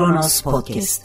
Kronos Podcast.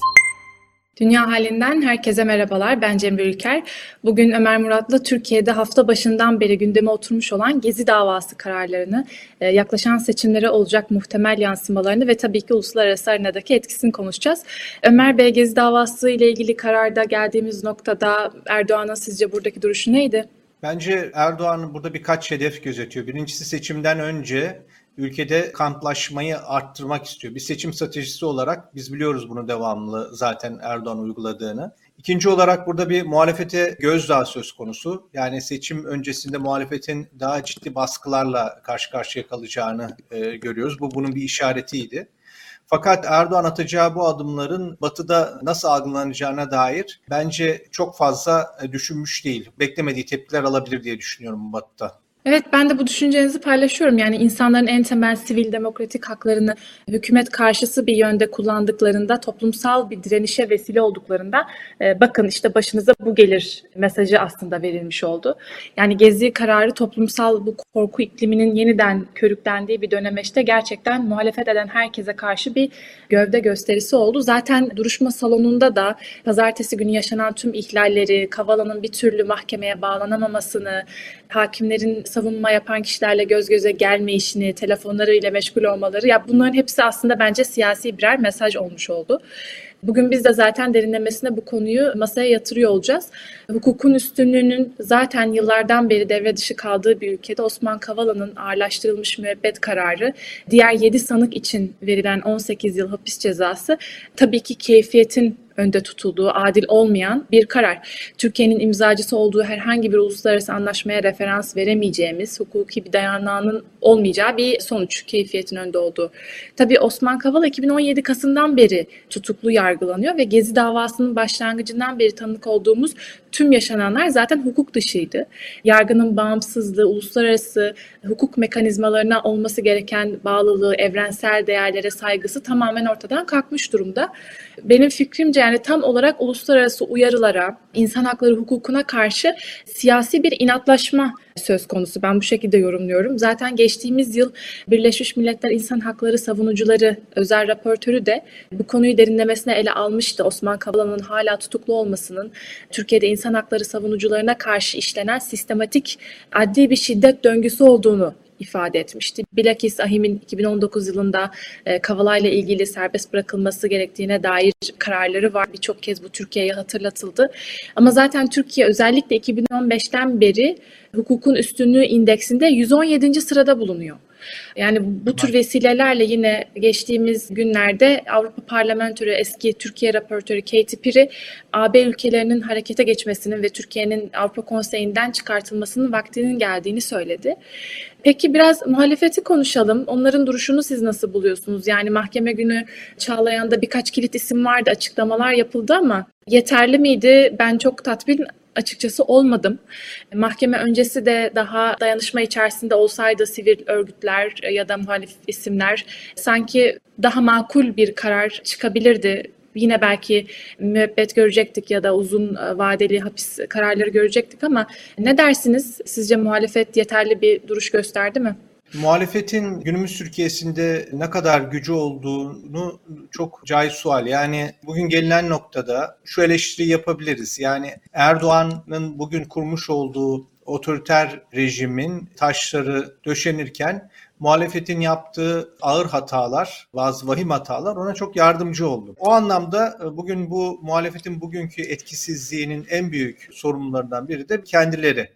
Dünya halinden herkese merhabalar. Ben Cemre Ülker. Bugün Ömer Murat'la Türkiye'de hafta başından beri gündeme oturmuş olan Gezi davası kararlarını, yaklaşan seçimlere olacak muhtemel yansımalarını ve tabii ki uluslararası arenadaki etkisini konuşacağız. Ömer Bey, Gezi davası ile ilgili kararda geldiğimiz noktada Erdoğan'ın sizce buradaki duruşu neydi? Bence Erdoğan burada birkaç hedef gözetiyor. Birincisi, seçimden önce ülkede kamplaşmayı arttırmak istiyor. Bir seçim stratejisi olarak biz biliyoruz bunu devamlı zaten Erdoğan uyguladığını. İkinci olarak burada bir muhalefete gözdağı söz konusu. Yani seçim öncesinde muhalefetin daha ciddi baskılarla karşı karşıya kalacağını görüyoruz. Bu bunun bir işaretiydi. Fakat Erdoğan atacağı bu adımların Batı'da nasıl algılanacağına dair bence çok fazla düşünmüş değil. Beklemediği tepkiler alabilir diye düşünüyorum Batı'da. Evet, ben de bu düşüncenizi paylaşıyorum. Yani insanların en temel sivil demokratik haklarını hükümet karşısı bir yönde kullandıklarında, toplumsal bir direnişe vesile olduklarında bakın işte başınıza bu gelir mesajı aslında verilmiş oldu. Yani Gezi kararı toplumsal bu korku ikliminin yeniden körüklendiği bir dönemeçte gerçekten muhalefet eden herkese karşı bir gövde gösterisi oldu. Zaten duruşma salonunda da pazartesi günü yaşanan tüm ihlalleri, Kavala'nın bir türlü mahkemeye bağlanamamasını, hakimlerin savunma yapan kişilerle göz göze gelmeyişini, telefonlarıyla meşgul olmaları, ya bunların hepsi aslında bence siyasi birer mesaj olmuş oldu. Bugün biz de zaten derinlemesine bu konuyu masaya yatırıyor olacağız. Hukukun üstünlüğünün zaten yıllardan beri devre dışı kaldığı bir ülkede Osman Kavala'nın ağırlaştırılmış müebbet kararı, diğer 7 sanık için verilen 18 yıl hapis cezası tabii ki keyfiyetin önde tutulduğu, adil olmayan bir karar. Türkiye'nin imzacısı olduğu herhangi bir uluslararası anlaşmaya referans veremeyeceğimiz, hukuki bir dayanağının olmayacağı bir sonuç, keyfiyetin önde olduğu. Tabii Osman Kavala 2017 Kasım'dan beri tutuklu yargılanıyor ve Gezi davasının başlangıcından beri tanık olduğumuz tüm yaşananlar zaten hukuk dışıydı. Yargının bağımsızlığı, uluslararası hukuk mekanizmalarına olması gereken bağlılığı, evrensel değerlere saygısı tamamen ortadan kalkmış durumda. Benim fikrimce yani tam olarak uluslararası uyarılara, insan hakları hukukuna karşı siyasi bir inatlaşma söz konusu. Ben bu şekilde yorumluyorum. Zaten geçtiğimiz yıl Birleşmiş Milletler İnsan Hakları Savunucuları özel raportörü de bu konuyu derinlemesine ele almıştı. Osman Kavala'nın hala tutuklu olmasının Türkiye'de insan hakları savunucularına karşı işlenen sistematik adli bir şiddet döngüsü olduğunu ifade etmişti. Bilakis AİHM'in 2019 yılında Kavala ile ilgili serbest bırakılması gerektiğine dair kararları var. Birçok kez bu Türkiye'ye hatırlatıldı. Ama zaten Türkiye özellikle 2015'ten beri hukukun üstünlüğü indeksinde 117. sırada bulunuyor. Yani bu tür vesilelerle yine geçtiğimiz günlerde Avrupa Parlamentosu eski Türkiye raportörü Katy Piri, AB ülkelerinin harekete geçmesinin ve Türkiye'nin Avrupa Konseyi'nden çıkartılmasının vaktinin geldiğini söyledi. Peki biraz muhalefeti konuşalım. Onların duruşunu siz nasıl buluyorsunuz? Yani mahkeme günü Çağlayan'da birkaç kilit isim vardı, açıklamalar yapıldı ama yeterli miydi? Ben çok tatmin açıkçası olmadım. Mahkeme öncesi de daha dayanışma içerisinde olsaydı sivil örgütler ya da muhalif isimler sanki daha makul bir karar çıkabilirdi. Yine belki müebbet görecektik ya da uzun vadeli hapis kararları görecektik ama ne dersiniz? Sizce muhalefet yeterli bir duruş gösterdi mi? Muhalefetin günümüz Türkiye'sinde ne kadar gücü olduğunu çok caiz sual. Yani bugün gelinen noktada şu eleştiriyi yapabiliriz. Yani Erdoğan'ın bugün kurmuş olduğu otoriter rejimin taşları döşenirken muhalefetin yaptığı ağır hatalar, bazı vahim hatalar ona çok yardımcı oldu. O anlamda bugün bu muhalefetin bugünkü etkisizliğinin en büyük sorumlularından biri de kendileri.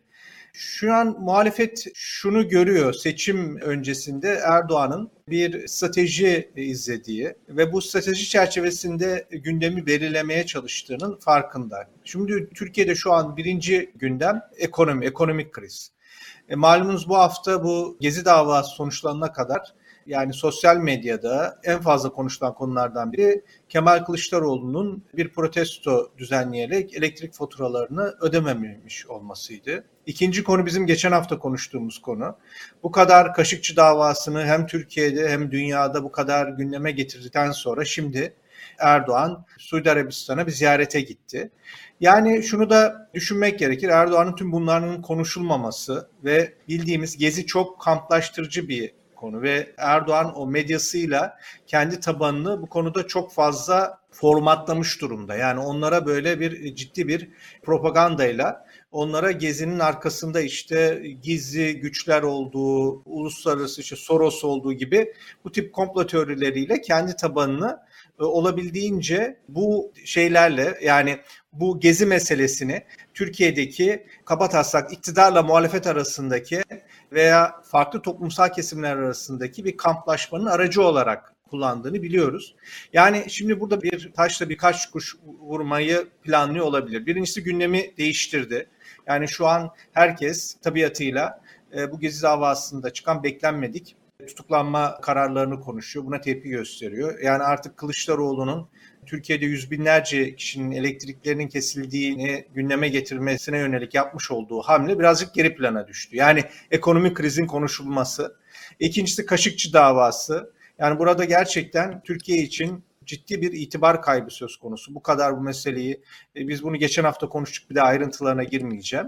Şu an muhalefet şunu görüyor, seçim öncesinde Erdoğan'ın bir strateji izlediği ve bu strateji çerçevesinde gündemi belirlemeye çalıştığının farkında. Şimdi Türkiye'de şu an birinci gündem ekonomik kriz. Malumunuz bu hafta bu Gezi davası sonuçlanana kadar yani sosyal medyada en fazla konuşulan konulardan biri Kemal Kılıçdaroğlu'nun bir protesto düzenleyerek elektrik faturalarını ödememiş olmasıydı. İkinci konu bizim geçen hafta konuştuğumuz konu. Bu kadar Kaşıkçı davasını hem Türkiye'de hem dünyada bu kadar gündeme getirdikten sonra şimdi Erdoğan Suudi Arabistan'a bir ziyarete gitti. Yani şunu da düşünmek gerekir. Erdoğan'ın tüm bunların konuşulmaması ve bildiğimiz Gezi çok kamplaştırıcı bir konu ve Erdoğan o medyasıyla kendi tabanını bu konuda çok fazla formatlamış durumda. Yani onlara böyle bir ciddi bir propagandayla onlara Gezi'nin arkasında işte gizli güçler olduğu, uluslararası işte Soros olduğu gibi bu tip komplo teorileriyle kendi tabanını olabildiğince bu şeylerle, yani bu Gezi meselesini Türkiye'deki kabataslak iktidarla muhalefet arasındaki veya farklı toplumsal kesimler arasındaki bir kamplaşmanın aracı olarak kullandığını biliyoruz. Yani şimdi burada bir taşla birkaç kuş vurmayı planlıyor olabilir. Birincisi, gündemi değiştirdi. Yani şu an herkes tabiatıyla bu Gezi davasında çıkan beklenmedik tutuklanma kararlarını konuşuyor. Buna tepki gösteriyor. Yani artık Kılıçdaroğlu'nun Türkiye'de yüz binlerce kişinin elektriklerinin kesildiğini gündeme getirmesine yönelik yapmış olduğu hamle birazcık geri plana düştü. Yani ekonomik krizin konuşulması. İkincisi, Kaşıkçı davası. Yani burada gerçekten Türkiye için ciddi bir itibar kaybı söz konusu. Bu kadar bu meseleyi, biz bunu geçen hafta konuştuk, bir de ayrıntılarına girmeyeceğim.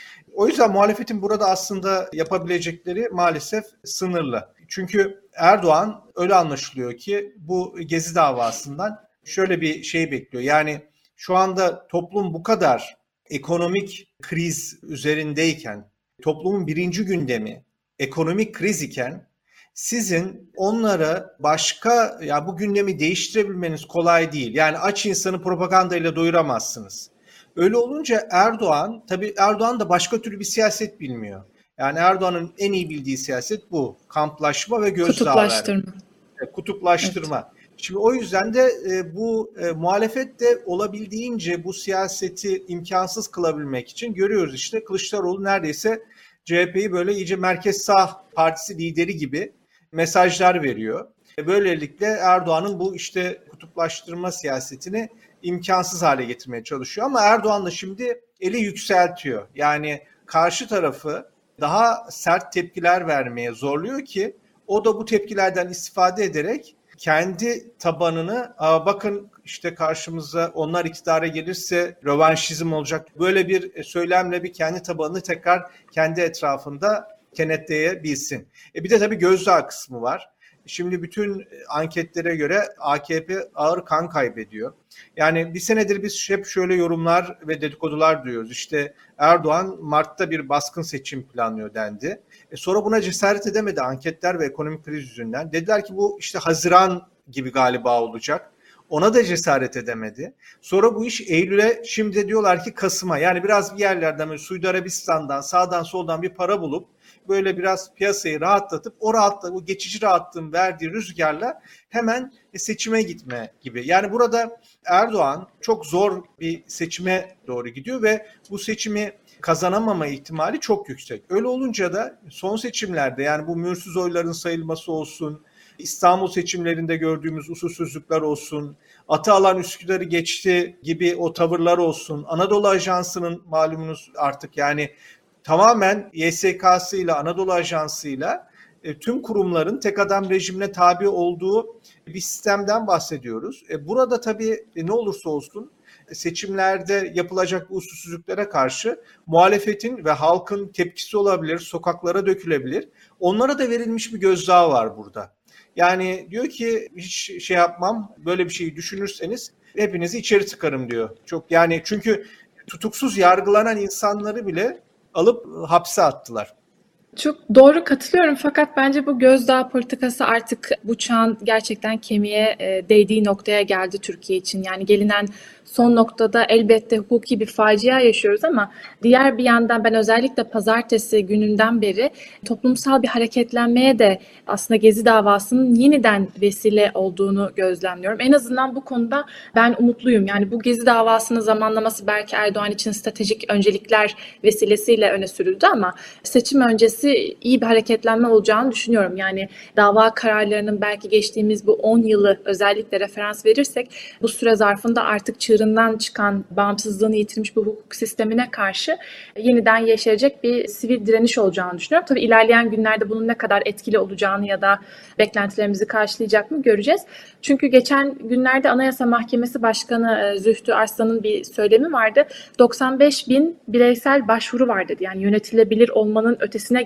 O yüzden muhalefetin burada aslında yapabilecekleri maalesef sınırlı. Çünkü Erdoğan öyle anlaşılıyor ki bu Gezi davasından şöyle bir şey bekliyor. Yani şu anda toplum bu kadar ekonomik kriz üzerindeyken, toplumun birinci gündemi ekonomik kriz iken, sizin onlara başka, ya bu gündemi değiştirebilmeniz kolay değil. Yani aç insanı propagandayla doyuramazsınız. Öyle olunca tabii Erdoğan da başka türlü bir siyaset bilmiyor. Yani Erdoğan'ın en iyi bildiği siyaset bu. Kamplaşma ve gözdağı verme. Kutuplaştırma. Evet. Şimdi o yüzden de bu muhalefet de olabildiğince bu siyaseti imkansız kılabilmek için görüyoruz işte Kılıçdaroğlu neredeyse CHP'yi böyle iyice merkez sağ partisi lideri gibi mesajlar veriyor. Böylelikle Erdoğan'ın bu işte kutuplaştırma siyasetini imkansız hale getirmeye çalışıyor. Ama Erdoğan da şimdi eli yükseltiyor. Yani karşı tarafı daha sert tepkiler vermeye zorluyor ki o da bu tepkilerden istifade ederek kendi tabanını, bakın işte karşımıza onlar iktidara gelirse rövanşizm olacak, böyle bir söylemle bir kendi tabanını tekrar kendi etrafında kenetleyebilsin. Bir de tabii gözdağı kısmı var. Şimdi bütün anketlere göre AKP ağır kan kaybediyor. Yani bir senedir biz hep şöyle yorumlar ve dedikodular duyuyoruz. İşte Erdoğan Mart'ta bir baskın seçim planlıyor dendi. Sonra buna cesaret edemedi anketler ve ekonomik kriz yüzünden. Dediler ki bu işte Haziran gibi galiba olacak. Ona da cesaret edemedi. Sonra bu iş Eylül'e, şimdi de diyorlar ki Kasım'a. Yani biraz bir yerlerden böyle Suudi Arabistan'dan sağdan soldan bir para bulup böyle biraz piyasayı rahatlatıp o geçici rahatlığın verdiği rüzgarla hemen seçime gitme gibi. Yani burada Erdoğan çok zor bir seçime doğru gidiyor ve bu seçimi kazanamama ihtimali çok yüksek. Öyle olunca da son seçimlerde, yani bu mühürsüz oyların sayılması olsun, İstanbul seçimlerinde gördüğümüz usulsüzlükler olsun, Atalan Üsküdar'ı geçti gibi o tavırlar olsun, Anadolu Ajansı'nın malumunuz artık yani tamamen YSK'sıyla, Anadolu Ajansı'yla tüm kurumların tek adam rejimine tabi olduğu bir sistemden bahsediyoruz. Burada tabii ne olursa olsun seçimlerde yapılacak bu usulsüzlüklere karşı muhalefetin ve halkın tepkisi olabilir, sokaklara dökülebilir. Onlara da verilmiş bir gözdağı var burada. Yani diyor ki hiç şey yapmam, böyle bir şeyi düşünürseniz hepinizi içeri tıkarım diyor. Çok yani, çünkü tutuksuz yargılanan insanları bile alıp hapse attılar. Çok doğru, katılıyorum, fakat bence bu gözdağı politikası artık bu çağın gerçekten kemiğe değdiği noktaya geldi Türkiye için. Yani gelinen son noktada elbette hukuki bir facia yaşıyoruz ama diğer bir yandan ben özellikle pazartesi gününden beri toplumsal bir hareketlenmeye de aslında Gezi davasının yeniden vesile olduğunu gözlemliyorum. En azından bu konuda ben umutluyum. Yani bu Gezi davasının zamanlaması belki Erdoğan için stratejik öncelikler vesilesiyle öne sürüldü ama seçim öncesi iyi bir hareketlenme olacağını düşünüyorum. Yani dava kararlarının belki geçtiğimiz bu 10 yılı özellikle referans verirsek bu süre zarfında artık çığırından çıkan, bağımsızlığını yitirmiş bu hukuk sistemine karşı yeniden yeşerecek bir sivil direniş olacağını düşünüyorum. Tabii ilerleyen günlerde bunun ne kadar etkili olacağını ya da beklentilerimizi karşılayacak mı göreceğiz. Çünkü geçen günlerde Anayasa Mahkemesi Başkanı Zühtü Arslan'ın bir söylemi vardı. 95 bin bireysel başvuru var dedi. Yani yönetilebilir olmanın ötesine geçti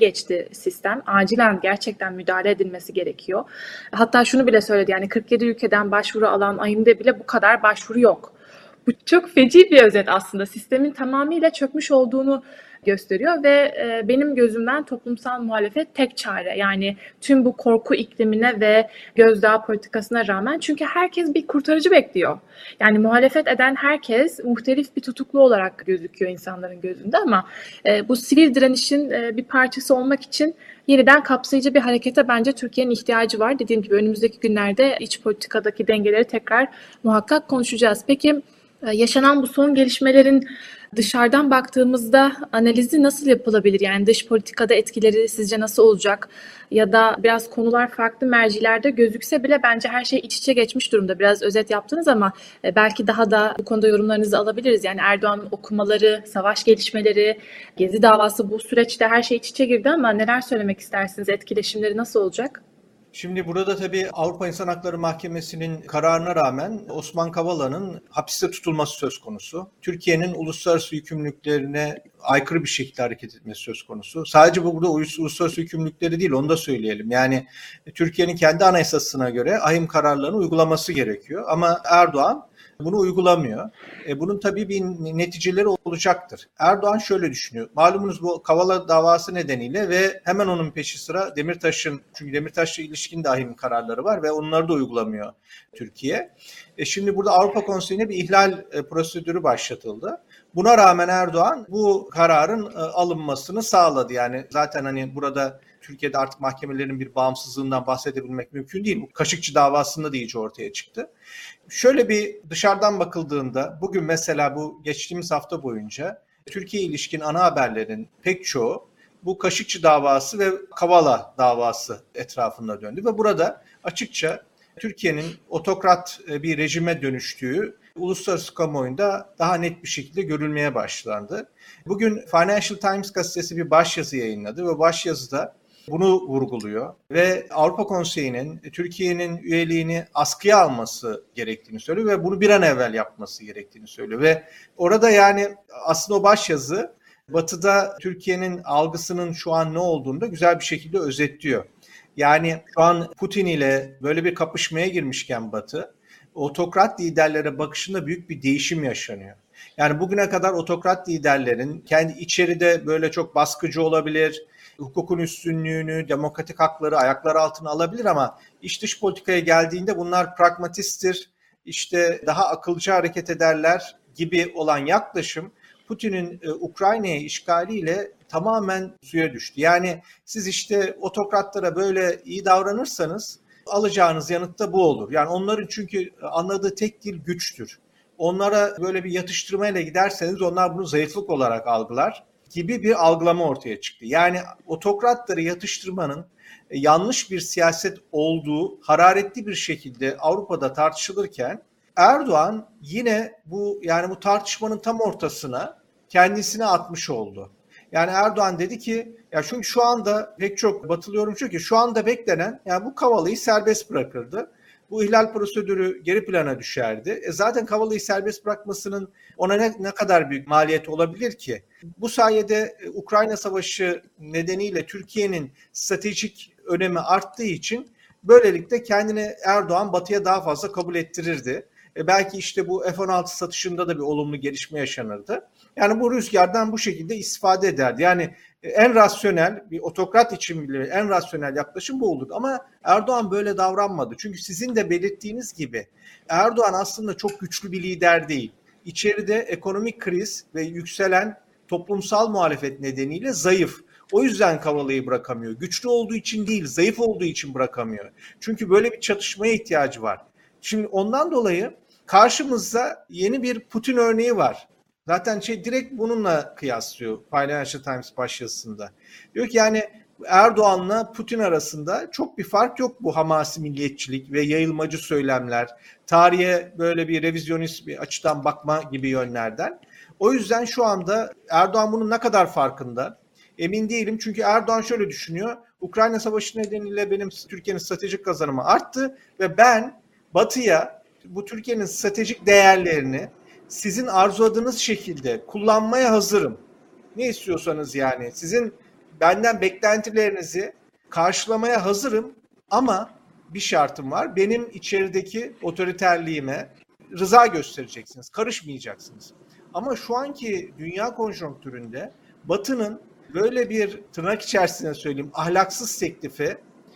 geçti sistem. Acilen gerçekten müdahale edilmesi gerekiyor. Hatta şunu bile söyledi, yani 47 ülkeden başvuru alan AYİM'de bile bu kadar başvuru yok. Bu çok feci bir özet aslında. Sistemin tamamıyla çökmüş olduğunu gösteriyor ve benim gözümden toplumsal muhalefet tek çare. Yani tüm bu korku iklimine ve gözdağı politikasına rağmen, çünkü herkes bir kurtarıcı bekliyor. Yani muhalefet eden herkes muhtelif bir tutuklu olarak gözüküyor insanların gözünde, ama bu sivil direnişin bir parçası olmak için yeniden kapsayıcı bir harekete bence Türkiye'nin ihtiyacı var. Dediğim gibi önümüzdeki günlerde iç politikadaki dengeleri tekrar muhakkak konuşacağız. Peki yaşanan bu son gelişmelerin dışarıdan baktığımızda analizi nasıl yapılabilir? Yani dış politikada etkileri sizce nasıl olacak? Ya da biraz konular farklı mercilerde gözükse bile bence her şey iç içe geçmiş durumda. Biraz özet yaptınız ama belki daha da bu konuda yorumlarınızı alabiliriz. Yani Erdoğan'ın okumaları, savaş gelişmeleri, Gezi davası, bu süreçte her şey iç içe girdi ama neler söylemek istersiniz? Etkileşimleri nasıl olacak? Şimdi burada tabii Avrupa İnsan Hakları Mahkemesi'nin kararına rağmen Osman Kavala'nın hapiste tutulması söz konusu. Türkiye'nin uluslararası yükümlülüklerine aykırı bir şekilde hareket etmesi söz konusu. Sadece burada uluslararası yükümlülükleri değil, onu da söyleyelim. Yani Türkiye'nin kendi anayasasına göre ahim kararlarını uygulaması gerekiyor. Ama Erdoğan bunu uygulamıyor. Bunun tabii bir neticeleri olacaktır. Erdoğan şöyle düşünüyor. Malumunuz bu Kavala davası nedeniyle ve hemen onun peşi sıra Demirtaş'ın, çünkü Demirtaş'la ilişkin de ahim kararları var ve onları da uygulamıyor Türkiye. Şimdi burada Avrupa Konseyi'ne bir ihlal prosedürü başlatıldı. Buna rağmen Erdoğan bu kararın alınmasını sağladı. Yani zaten hani burada Türkiye'de artık mahkemelerin bir bağımsızlığından bahsedebilmek mümkün değil. Bu Kaşıkçı davasında da iyice ortaya çıktı. Şöyle bir dışarıdan bakıldığında bugün mesela bu geçtiğimiz hafta boyunca Türkiye ilişkin ana haberlerin pek çoğu bu Kaşıkçı davası ve Kavala davası etrafında döndü ve burada açıkça Türkiye'nin otokrat bir rejime dönüştüğü uluslararası kamuoyunda daha net bir şekilde görülmeye başlandı. Bugün Financial Times gazetesi bir başyazı yayınladı ve başyazıda bunu vurguluyor ve Avrupa Konseyi'nin Türkiye'nin üyeliğini askıya alması gerektiğini söylüyor ve bunu bir an evvel yapması gerektiğini söylüyor. Ve orada yani aslında o başyazı Batı'da Türkiye'nin algısının şu an ne olduğunu da güzel bir şekilde özetliyor. Yani şu an Putin ile böyle bir kapışmaya girmişken Batı, otokrat liderlere bakışında büyük bir değişim yaşanıyor. Yani bugüne kadar otokrat liderlerin kendi içeride böyle çok baskıcı olabilir, hukukun üstünlüğünü, demokratik hakları ayaklar altına alabilir ama iç dış politikaya geldiğinde bunlar pragmatisttir, işte daha akılcı hareket ederler gibi olan yaklaşım Putin'in Ukrayna'ya işgaliyle tamamen suya düştü. Yani siz işte otokratlara böyle iyi davranırsanız alacağınız yanıt da bu olur. Yani onların çünkü anladığı tek dil güçtür. Onlara böyle bir yatıştırmayla giderseniz onlar bunu zayıflık olarak algılar gibi bir algılama ortaya çıktı. Yani otokratları yatıştırmanın yanlış bir siyaset olduğu hararetli bir şekilde Avrupa'da tartışılırken Erdoğan yine bu tartışmanın tam ortasına kendisini atmış oldu. Yani Erdoğan dedi ki ya çünkü şu anda pek çok batılı yorumcu ki şu anda beklenen yani bu Kavala'yı serbest bırakırdı. Bu ihlal prosedürü geri plana düşerdi. Zaten Kavala'yı serbest bırakmasının ona ne kadar büyük maliyeti olabilir ki? Bu sayede Ukrayna Savaşı nedeniyle Türkiye'nin stratejik önemi arttığı için böylelikle kendini Erdoğan Batı'ya daha fazla kabul ettirirdi. Belki işte bu F-16 satışında da bir olumlu gelişme yaşanırdı. Yani bu rüzgardan bu şekilde istifade ederdi. Yani en rasyonel, bir otokrat için bile en rasyonel yaklaşım bu olurdu. Ama Erdoğan böyle davranmadı. Çünkü sizin de belirttiğiniz gibi Erdoğan aslında çok güçlü bir lider değil. İçeride ekonomik kriz ve yükselen toplumsal muhalefet nedeniyle zayıf. O yüzden Kavala'yı bırakamıyor. Güçlü olduğu için değil, zayıf olduğu için bırakamıyor. Çünkü böyle bir çatışmaya ihtiyacı var. Şimdi ondan dolayı karşımızda yeni bir Putin örneği var. Zaten direkt bununla kıyaslıyor Financial Times başyazısında. Diyor ki yani Erdoğan'la Putin arasında çok bir fark yok bu hamasi milliyetçilik ve yayılmacı söylemler, tarihe böyle bir revizyonist bir açıdan bakma gibi yönlerden. O yüzden şu anda Erdoğan bunun ne kadar farkında emin değilim. Çünkü Erdoğan şöyle düşünüyor. Ukrayna Savaşı nedeniyle benim Türkiye'nin stratejik kazanımı arttı ve ben Batı'ya bu Türkiye'nin stratejik değerlerini sizin arzuladığınız şekilde kullanmaya hazırım. Ne istiyorsanız yani sizin benden beklentilerinizi karşılamaya hazırım ama bir şartım var. Benim içerideki otoriterliğime rıza göstereceksiniz, karışmayacaksınız. Ama şu anki dünya konjonktüründe Batı'nın böyle bir tırnak içerisinde söyleyeyim ahlaksız teklifi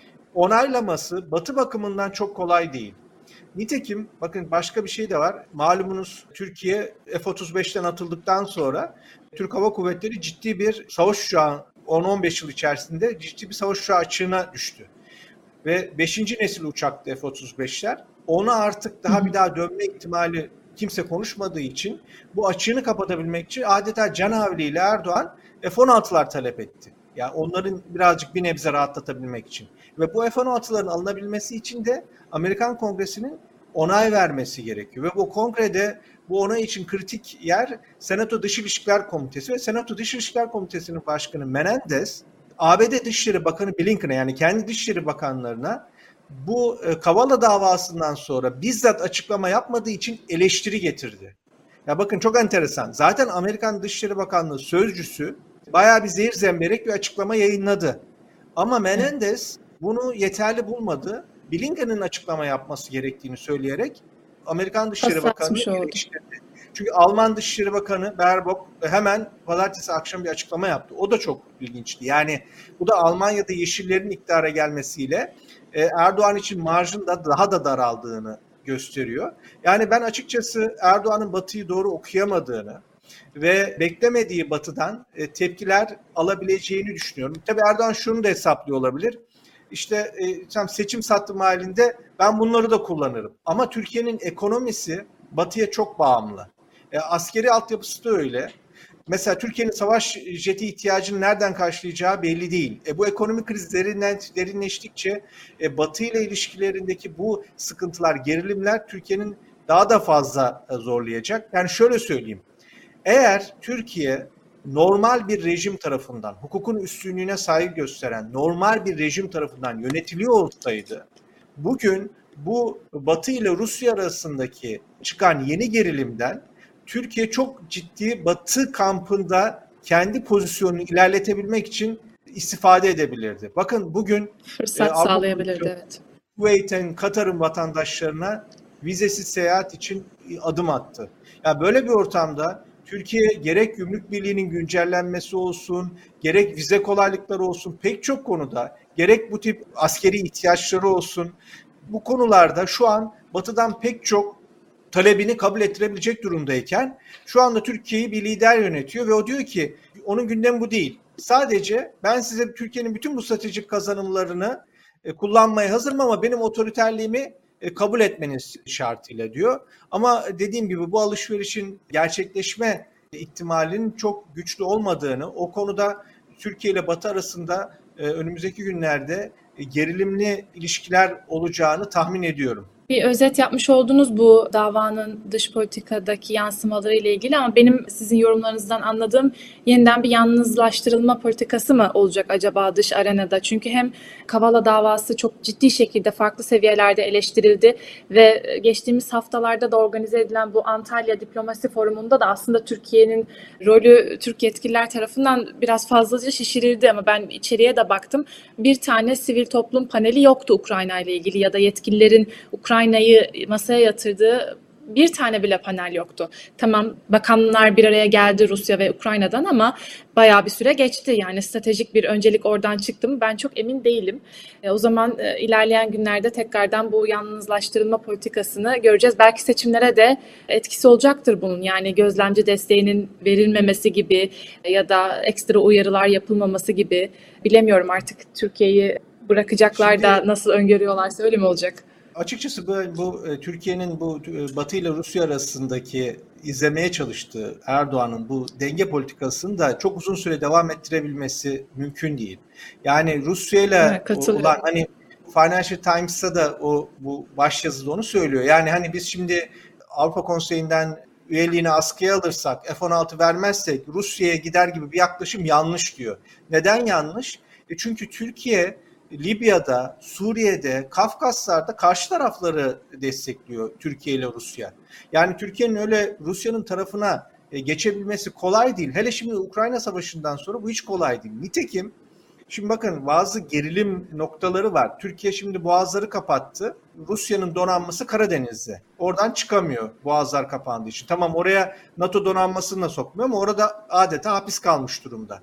onaylaması Batı bakımından çok kolay değil. Nitekim bakın başka bir şey de var. Malumunuz Türkiye F-35'ten atıldıktan sonra Türk Hava Kuvvetleri ciddi bir savaş uçağı 10-15 yıl içerisinde ciddi bir savaş uçağı açığına düştü. Ve 5. nesil uçaktı F-35'ler. Ona artık bir daha dönme ihtimali kimse konuşmadığı için bu açığını kapatabilmek için adeta canavliyle Erdoğan F-16'lar talep etti. Yani onların birazcık bir nebze rahatlatabilmek için. Ve bu F-16'ların alınabilmesi için de Amerikan Kongresi'nin onay vermesi gerekiyor. Ve bu kongrede bu onay için kritik yer Senato Dış İlişkiler Komitesi ve Senato Dış İlişkiler Komitesi'nin başkanı Menendez, ABD Dışişleri Bakanı Blinken'a yani kendi Dışişleri Bakanlarına bu Kavala davasından sonra bizzat açıklama yapmadığı için eleştiri getirdi. Ya bakın çok enteresan. Zaten Amerikan Dışişleri Bakanlığı sözcüsü bayağı bir zehir zemberek bir açıklama yayınladı. Ama Menendez bunu yeterli bulmadı. Blinken'in açıklama yapması gerektiğini söyleyerek Amerikan Dışişleri Bakanı'nı eleştirdi. Çünkü Alman Dışişleri Bakanı Baerbock hemen pazartesi akşam bir açıklama yaptı. O da çok ilginçti. Yani bu da Almanya'da Yeşillerin iktidara gelmesiyle Erdoğan için marjın da daha da daraldığını gösteriyor. Yani ben açıkçası Erdoğan'ın Batı'yı doğru okuyamadığını ve beklemediği Batı'dan tepkiler alabileceğini düşünüyorum. Tabii Erdoğan şunu da hesaplıyor olabilir. İşte seçim sattım halinde ben bunları da kullanırım. Ama Türkiye'nin ekonomisi Batı'ya çok bağımlı. Askeri altyapısı da öyle. Mesela Türkiye'nin savaş jeti ihtiyacını nereden karşılayacağı belli değil. Bu ekonomik kriz derinleştikçe Batı ile ilişkilerindeki bu sıkıntılar, gerilimler Türkiye'nin daha da fazla zorlayacak. Yani şöyle söyleyeyim. Eğer Türkiye normal bir rejim tarafından, hukukun üstünlüğüne saygı gösteren normal bir rejim tarafından yönetiliyor olsaydı, bugün bu Batı ile Rusya arasındaki çıkan yeni gerilimden Türkiye çok ciddi Batı kampında kendi pozisyonunu ilerletebilmek için istifade edebilirdi. Bakın bugün fırsat sağlayabilirdi, evet. Kuveyt'in, Katar'ın vatandaşlarına vizesiz seyahat için adım attı. Ya böyle bir ortamda Türkiye gerek gümrük birliğinin güncellenmesi olsun, gerek vize kolaylıkları olsun pek çok konuda, gerek bu tip askeri ihtiyaçları olsun, bu konularda şu an Batı'dan pek çok talebini kabul ettirebilecek durumdayken şu anda Türkiye'yi bir lider yönetiyor ve o diyor ki onun gündemi bu değil. Sadece ben size Türkiye'nin bütün bu stratejik kazanımlarını kullanmaya hazırım ama benim otoriterliğimi kabul etmeniz şartıyla diyor. Ama dediğim gibi bu alışverişin gerçekleşme ihtimalinin çok güçlü olmadığını, o konuda Türkiye ile Batı arasında önümüzdeki günlerde gerilimli ilişkiler olacağını tahmin ediyorum. Bir özet yapmış oldunuz bu davanın dış politikadaki yansımaları ile ilgili ama benim sizin yorumlarınızdan anladığım yeniden bir yalnızlaştırılma politikası mı olacak acaba dış arenada? Çünkü hem Kavala davası çok ciddi şekilde farklı seviyelerde eleştirildi ve geçtiğimiz haftalarda da organize edilen bu Antalya Diplomasi Forumu'nda da aslında Türkiye'nin rolü Türk yetkililer tarafından biraz fazlaca şişirildi ama ben içeriye de baktım. Bir tane sivil toplum paneli yoktu Ukrayna ile ilgili ya da yetkililerin Ukrayna'yı masaya yatırdığı bir tane bile panel yoktu. Tamam, bakanlar bir araya geldi Rusya ve Ukrayna'dan ama bayağı bir süre geçti. Yani stratejik bir öncelik oradan çıktı mı ben çok emin değilim. O zaman ilerleyen günlerde tekrardan bu yalnızlaştırılma politikasını göreceğiz. Belki seçimlere de etkisi olacaktır bunun. Yani gözlemci desteğinin verilmemesi gibi ya da ekstra uyarılar yapılmaması gibi. Bilemiyorum artık Türkiye'yi bırakacaklar da nasıl öngörüyorlarsa öyle mi olacak? Açıkçası bu Türkiye'nin bu Batı ile Rusya arasındaki izlemeye çalıştığı Erdoğan'ın bu denge politikasını da çok uzun süre devam ettirebilmesi mümkün değil. Yani Rusya ile olan hani Financial Times'ta da bu başyazıda onu söylüyor. Yani hani biz şimdi Avrupa Konseyi'nden üyeliğini askıya alırsak, F-16 vermezsek Rusya'ya gider gibi bir yaklaşım yanlış diyor. Neden yanlış? Çünkü Türkiye Libya'da, Suriye'de, Kafkaslar'da karşı tarafları destekliyor Türkiye ile Rusya. Yani Türkiye'nin öyle Rusya'nın tarafına geçebilmesi kolay değil. Hele şimdi Ukrayna Savaşı'ndan sonra bu hiç kolay değil. Nitekim Şimdi bakın bazı gerilim noktaları var. Türkiye şimdi boğazları kapattı. Rusya'nın donanması Karadeniz'de. Oradan çıkamıyor boğazlar kapandığı için. Tamam oraya NATO donanmasını da sokmuyor ama orada adeta hapis kalmış durumda.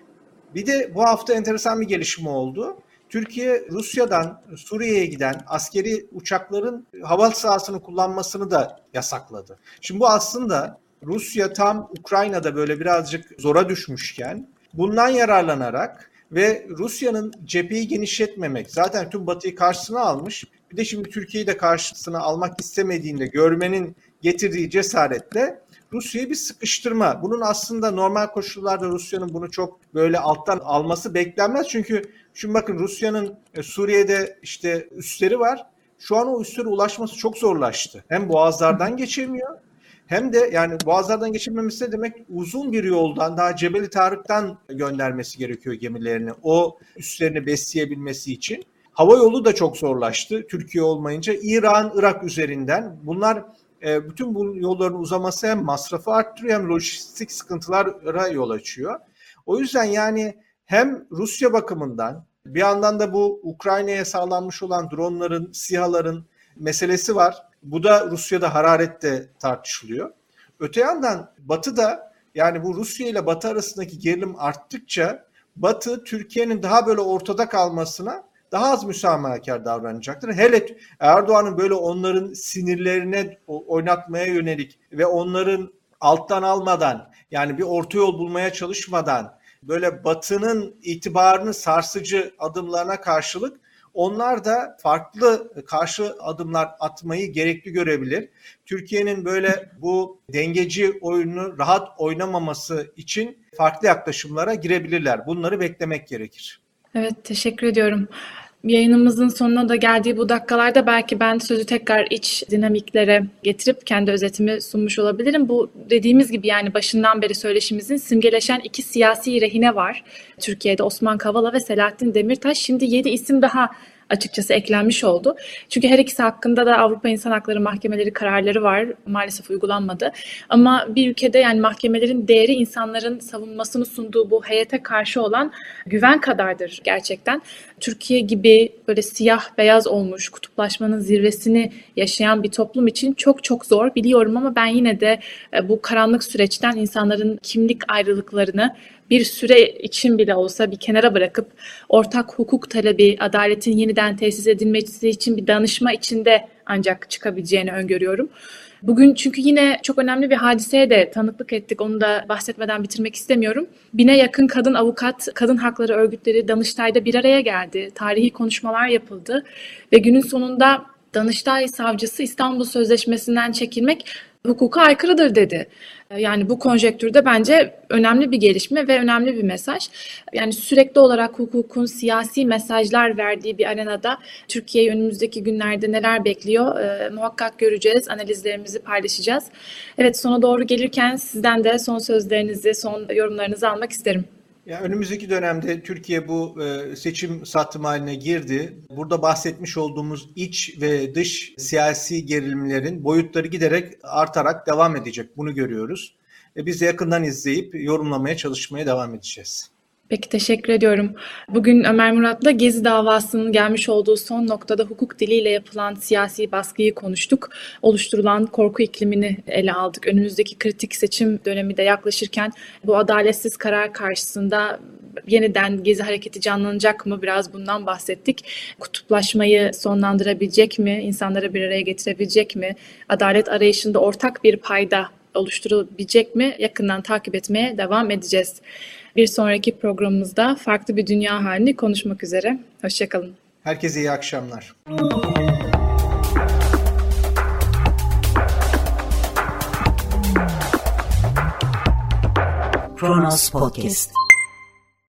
Bir de bu hafta enteresan bir gelişme oldu. Türkiye Rusya'dan Suriye'ye giden askeri uçakların hava sahasını kullanmasını da yasakladı. Şimdi bu aslında Rusya tam Ukrayna'da böyle birazcık zora düşmüşken bundan yararlanarak ve Rusya'nın cepheyi genişletmemek, zaten tüm Batı'yı karşısına almış, bir de şimdi Türkiye'yi de karşısına almak istemediğinde görmenin getirdiği cesaretle Rusya'yı bir sıkıştırma. Bunun aslında normal koşullarda Rusya'nın bunu çok böyle alttan alması beklenmez. Çünkü şimdi bakın Rusya'nın Suriye'de işte üsleri var. Şu an o üslere ulaşması çok zorlaştı. Hem boğazlardan geçemiyor hem de yani boğazlardan geçirmemesi de demek uzun bir yoldan daha Cebeli Tarık'tan göndermesi gerekiyor gemilerini. O üslerini besleyebilmesi için. Hava yolu da çok zorlaştı Türkiye olmayınca. İran, Irak üzerinden bunlar bütün bu yolların uzaması hem masrafı arttırıyor hem lojistik sıkıntılara yol açıyor. O yüzden yani hem Rusya bakımından bir yandan da bu Ukrayna'ya sağlanmış olan dronların, SİHA'ların meselesi var. Bu da Rusya'da hararetle tartışılıyor. Öte yandan Batı'da yani bu Rusya ile Batı arasındaki gerilim arttıkça Batı Türkiye'nin daha böyle ortada kalmasına daha az müsamahakar davranacaktır. Hele Erdoğan'ın böyle onların sinirlerine oynatmaya yönelik ve onların alttan almadan yani bir orta yol bulmaya çalışmadan böyle Batı'nın itibarını sarsıcı adımlarına karşılık onlar da farklı karşı adımlar atmayı gerekli görebilir. Türkiye'nin böyle bu dengeci oyunu rahat oynamaması için farklı yaklaşımlara girebilirler. Bunları beklemek gerekir. Evet, teşekkür ediyorum. Yayınımızın sonuna da geldiği bu dakikalarda belki ben sözü tekrar iç dinamiklere getirip kendi özetimi sunmuş olabilirim. Bu dediğimiz gibi yani başından beri söyleşimizin simgeleşen iki siyasi rehine var. Türkiye'de Osman Kavala ve Selahattin Demirtaş. Şimdi 7 isim daha açıkçası eklenmiş oldu. Çünkü her ikisi hakkında da Avrupa İnsan Hakları Mahkemeleri kararları var. Maalesef uygulanmadı. Ama bir ülkede yani mahkemelerin değeri insanların savunmasını sunduğu bu heyete karşı olan güven kadardır gerçekten. Türkiye gibi böyle siyah beyaz olmuş, kutuplaşmanın zirvesini yaşayan bir toplum için çok çok zor biliyorum ama ben yine de bu karanlık süreçten insanların kimlik ayrılıklarını bir süre için bile olsa bir kenara bırakıp ortak hukuk talebi, adaletin yeniden tesis edilmesi için bir danışma içinde ancak çıkabileceğini öngörüyorum. Bugün çünkü yine çok önemli bir hadiseye de tanıklık ettik. Onu da bahsetmeden bitirmek istemiyorum. 1000'e yakın kadın avukat, kadın hakları örgütleri Danıştay'da bir araya geldi. Tarihi konuşmalar yapıldı ve günün sonunda Danıştay savcısı İstanbul Sözleşmesi'nden çekilmek hukuka aykırıdır dedi. Yani bu konjektürde bence önemli bir gelişme ve önemli bir mesaj. Yani sürekli olarak hukukun siyasi mesajlar verdiği bir arenada Türkiye'yi önümüzdeki günlerde neler bekliyor muhakkak göreceğiz, analizlerimizi paylaşacağız. Evet, sona doğru gelirken sizden de son sözlerinizi, son yorumlarınızı almak isterim. Ya önümüzdeki dönemde Türkiye bu seçim sattımı haline girdi. Burada bahsetmiş olduğumuz iç ve dış siyasi gerilimlerin boyutları giderek artarak devam edecek. Bunu görüyoruz. Biz de yakından izleyip yorumlamaya çalışmaya devam edeceğiz. Peki, teşekkür ediyorum. Bugün Ömer Murat'la Gezi davasının gelmiş olduğu son noktada hukuk diliyle yapılan siyasi baskıyı konuştuk. Oluşturulan korku iklimini ele aldık. Önümüzdeki kritik seçim dönemi de yaklaşırken bu adaletsiz karar karşısında yeniden Gezi hareketi canlanacak mı? Biraz bundan bahsettik. Kutuplaşmayı sonlandırabilecek mi? İnsanları bir araya getirebilecek mi? Adalet arayışında ortak bir payda oluşturabilecek mi? Yakından takip etmeye devam edeceğiz. Bir sonraki programımızda farklı bir dünya halini konuşmak üzere. Hoşça kalın. Herkese iyi akşamlar. Kronos Podcast.